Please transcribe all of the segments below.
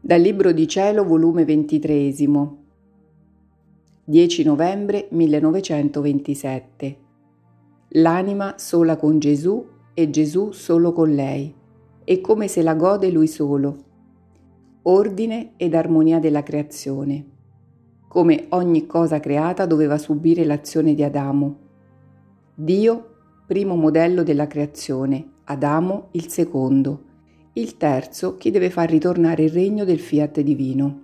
Dal Libro di Cielo, volume 23, 10 novembre 1927. L'anima sola con Gesù e Gesù solo con lei, e come se la gode lui solo. Ordine ed armonia della creazione. Come ogni cosa creata doveva subire l'azione di Adamo. Dio, primo modello della creazione, Adamo il secondo. Il terzo, chi deve far ritornare il regno del fiat divino.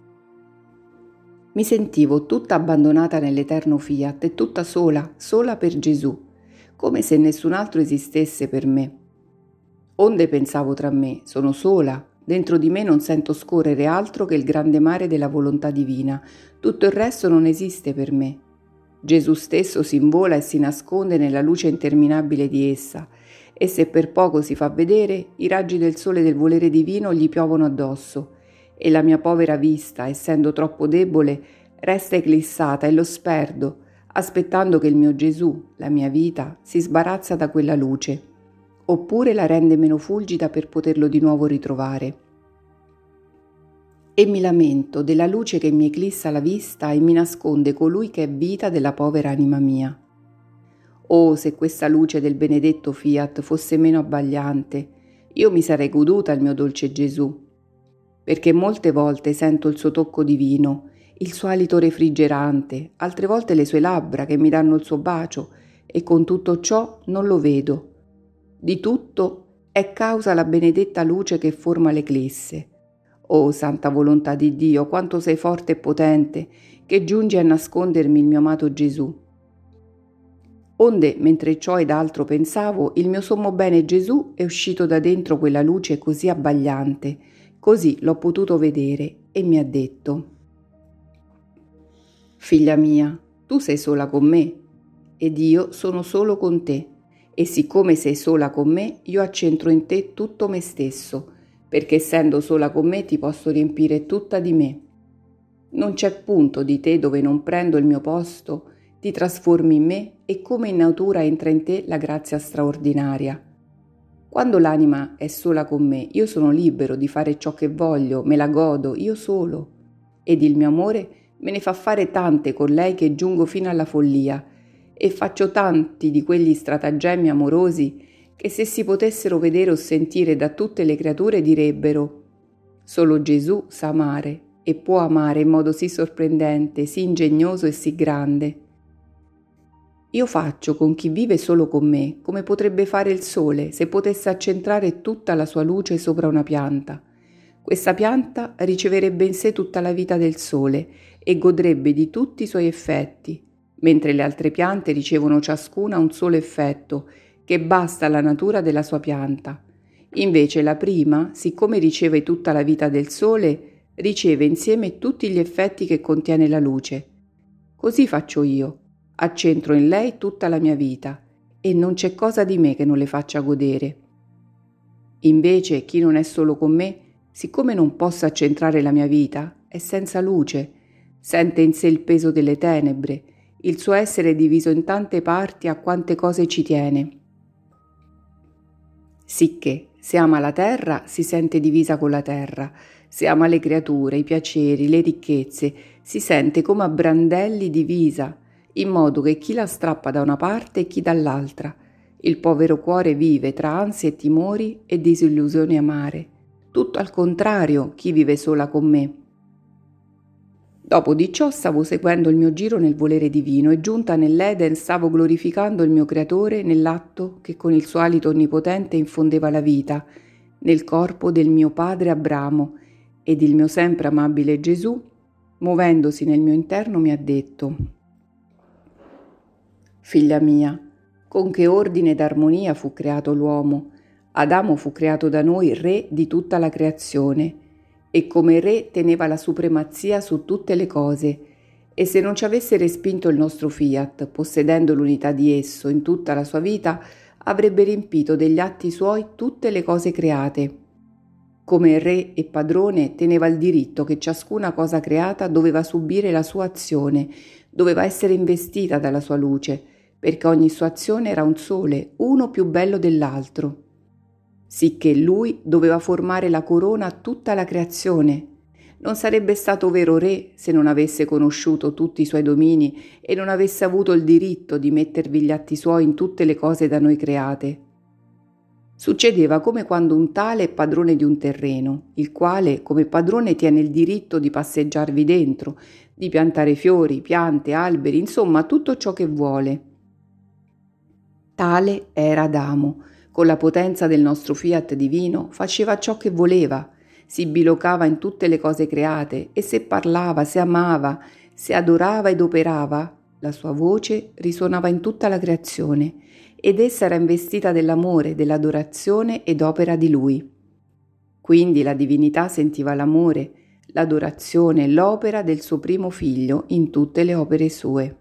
Mi sentivo tutta abbandonata nell'eterno fiat e tutta sola per Gesù, come se nessun altro esistesse per me. Onde pensavo tra me, sono sola, dentro di me non sento scorrere altro che il grande mare della volontà divina, tutto il resto non esiste per me. Gesù stesso si invola e si nasconde nella luce interminabile di essa, e se per poco si fa vedere, i raggi del sole del volere divino gli piovono addosso, e la mia povera vista, essendo troppo debole, resta eclissata e lo sperdo, aspettando che il mio Gesù, la mia vita, si sbarazza da quella luce, oppure la rende meno fulgida per poterlo di nuovo ritrovare. E mi lamento della luce che mi eclissa la vista e mi nasconde colui che è vita della povera anima mia. Oh, se questa luce del benedetto fiat fosse meno abbagliante, io mi sarei goduta il mio dolce Gesù, perché molte volte sento il suo tocco divino, il suo alito refrigerante, altre volte le sue labbra che mi danno il suo bacio, e con tutto ciò non lo vedo. Di tutto è causa la benedetta luce che forma l'eclisse. Oh, santa volontà di Dio, quanto sei forte e potente, che giungi a nascondermi il mio amato Gesù. Onde, mentre ciò ed altro pensavo, il mio sommo bene Gesù è uscito da dentro quella luce così abbagliante, così l'ho potuto vedere, e mi ha detto: «Figlia mia, tu sei sola con me, ed io sono solo con te, e siccome sei sola con me, io accentro in te tutto me stesso, perché essendo sola con me ti posso riempire tutta di me. Non c'è punto di te dove non prendo il mio posto, ti trasformi in me e come in natura entra in te la grazia straordinaria. Quando l'anima è sola con me, io sono libero di fare ciò che voglio, me la godo, io solo, ed il mio amore me ne fa fare tante con lei che giungo fino alla follia, e faccio tanti di quegli stratagemmi amorosi che se si potessero vedere o sentire da tutte le creature direbbero: solo Gesù sa amare e può amare in modo sì sorprendente, sì ingegnoso e sì grande. Io faccio con chi vive solo con me come potrebbe fare il sole se potesse accentrare tutta la sua luce sopra una pianta. Questa pianta riceverebbe in sé tutta la vita del sole e godrebbe di tutti i suoi effetti, mentre le altre piante ricevono ciascuna un solo effetto, che basta alla natura della sua pianta. Invece la prima, siccome riceve tutta la vita del sole, riceve insieme tutti gli effetti che contiene la luce. Così faccio io, accentro in lei tutta la mia vita, e non c'è cosa di me che non le faccia godere. Invece chi non è solo con me, siccome non possa accentrare la mia vita, è senza luce, sente in sé il peso delle tenebre, il suo essere è diviso in tante parti a quante cose ci tiene. Sicché, se ama la terra, si sente divisa con la terra, se ama le creature, i piaceri, le ricchezze, si sente come a brandelli divisa, in modo che chi la strappa da una parte e chi dall'altra. Il povero cuore vive tra ansie e timori e disillusioni amare. Tutto al contrario chi vive sola con me. Dopo di ciò stavo seguendo il mio giro nel volere divino e giunta nell'Eden stavo glorificando il mio Creatore nell'atto che con il suo alito onnipotente infondeva la vita nel corpo del mio padre Abramo, ed il mio sempre amabile Gesù, muovendosi nel mio interno, mi ha detto: «Figlia mia, con che ordine ed armonia fu creato l'uomo? Adamo fu creato da noi re di tutta la creazione, e come re teneva la supremazia su tutte le cose, e se non ci avesse respinto il nostro fiat, possedendo l'unità di esso in tutta la sua vita, avrebbe riempito degli atti suoi tutte le cose create. Come re e padrone teneva il diritto che ciascuna cosa creata doveva subire la sua azione, doveva essere investita dalla sua luce, perché ogni sua azione era un sole, uno più bello dell'altro. sicché lui doveva formare la corona a tutta la creazione. Non sarebbe stato vero re se non avesse conosciuto tutti i suoi domini e non avesse avuto il diritto di mettervi gli atti suoi in tutte le cose da noi create. Succedeva come quando un tale è padrone di un terreno, il quale come padrone tiene il diritto di passeggiarvi dentro, di piantare fiori, piante, alberi, insomma tutto ciò che vuole. Tale era Adamo. Con la potenza del nostro fiat divino faceva ciò che voleva, si bilocava in tutte le cose create e se parlava, se amava, se adorava ed operava, la sua voce risuonava in tutta la creazione ed essa era investita dell'amore, dell'adorazione ed opera di lui. Quindi la divinità sentiva l'amore, l'adorazione e l'opera del suo primo figlio in tutte le opere sue.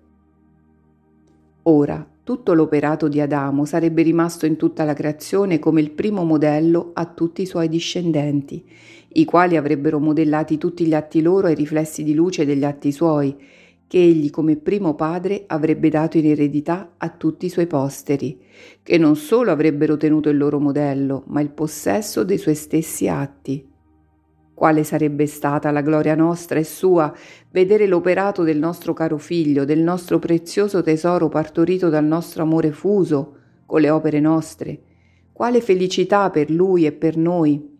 Ora, tutto l'operato di Adamo sarebbe rimasto in tutta la creazione come il primo modello a tutti i suoi discendenti, i quali avrebbero modellati tutti gli atti loro ai riflessi di luce degli atti suoi, che egli come primo padre avrebbe dato in eredità a tutti i suoi posteri, che non solo avrebbero tenuto il loro modello, ma il possesso dei suoi stessi atti. Quale sarebbe stata la gloria nostra e sua vedere l'operato del nostro caro figlio, del nostro prezioso tesoro partorito dal nostro amore fuso con le opere nostre? Quale felicità per lui e per noi!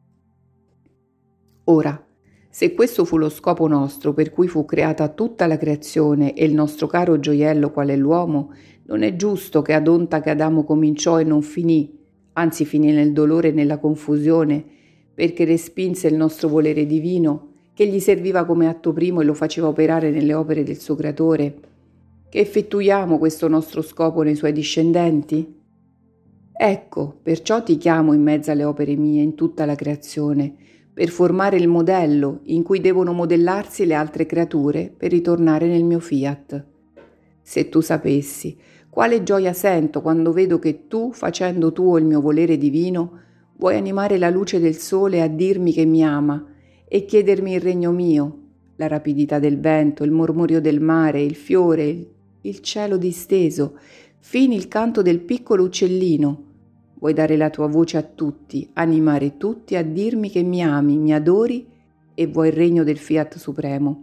Ora, se questo fu lo scopo nostro per cui fu creata tutta la creazione e il nostro caro gioiello qual è l'uomo, non è giusto che ad onta che Adamo cominciò e non finì, anzi finì nel dolore e nella confusione, perché respinse il nostro volere divino, che gli serviva come atto primo e lo faceva operare nelle opere del suo creatore, che effettuiamo questo nostro scopo nei suoi discendenti? Ecco, perciò ti chiamo in mezzo alle opere mie in tutta la creazione, per formare il modello in cui devono modellarsi le altre creature per ritornare nel mio fiat. Se tu sapessi quale gioia sento quando vedo che tu, facendo tuo il mio volere divino, vuoi animare la luce del sole a dirmi che mi ama e chiedermi il regno mio, la rapidità del vento, il mormorio del mare, il fiore, il cielo disteso, fino il canto del piccolo uccellino. Vuoi dare la tua voce a tutti, animare tutti a dirmi che mi ami, mi adori e vuoi il regno del Fiat Supremo.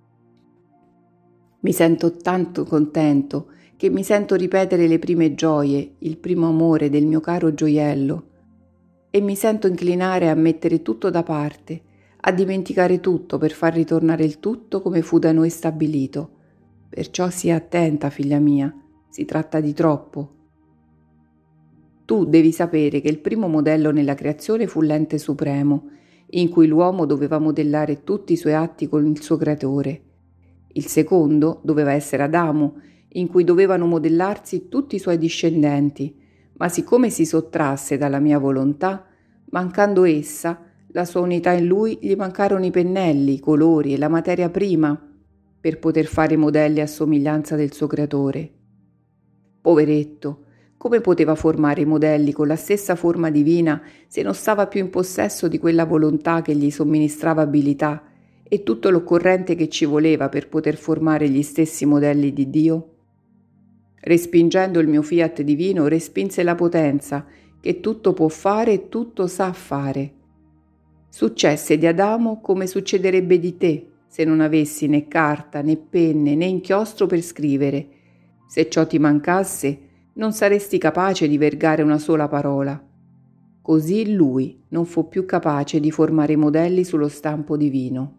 Mi sento tanto contento che mi sento ripetere le prime gioie, il primo amore del mio caro gioiello e mi sento inclinare a mettere tutto da parte, a dimenticare tutto per far ritornare il tutto come fu da noi stabilito. Perciò sii attenta, figlia mia, si tratta di troppo. Tu devi sapere che il primo modello nella creazione fu l'ente supremo, in cui l'uomo doveva modellare tutti i suoi atti con il suo creatore. Il secondo doveva essere Adamo, in cui dovevano modellarsi tutti i suoi discendenti, ma siccome si sottrasse dalla mia volontà, mancando essa, la sua unità in lui, gli mancarono i pennelli, i colori e la materia prima per poter fare i modelli a somiglianza del suo creatore. Poveretto, come poteva formare i modelli con la stessa forma divina se non stava più in possesso di quella volontà che gli somministrava abilità e tutto l'occorrente che ci voleva per poter formare gli stessi modelli di Dio? Respingendo il mio fiat divino, respinse la potenza che tutto può fare e tutto sa fare. Successe di Adamo come succederebbe di te se non avessi né carta, né penne, né inchiostro per scrivere. Se ciò ti mancasse, non saresti capace di vergare una sola parola. Così lui non fu più capace di formare i modelli sullo stampo divino.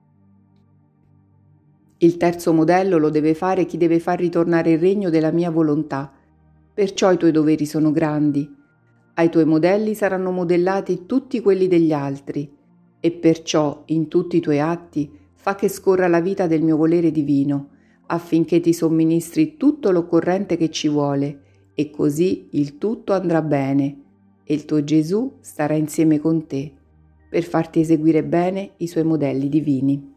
Il terzo modello lo deve fare chi deve far ritornare il regno della mia volontà. Perciò i tuoi doveri sono grandi. Ai tuoi modelli saranno modellati tutti quelli degli altri, e perciò in tutti i tuoi atti fa che scorra la vita del mio volere divino, affinché ti somministri tutto l'occorrente che ci vuole, e così il tutto andrà bene, e il tuo Gesù starà insieme con te, per farti eseguire bene i suoi modelli divini.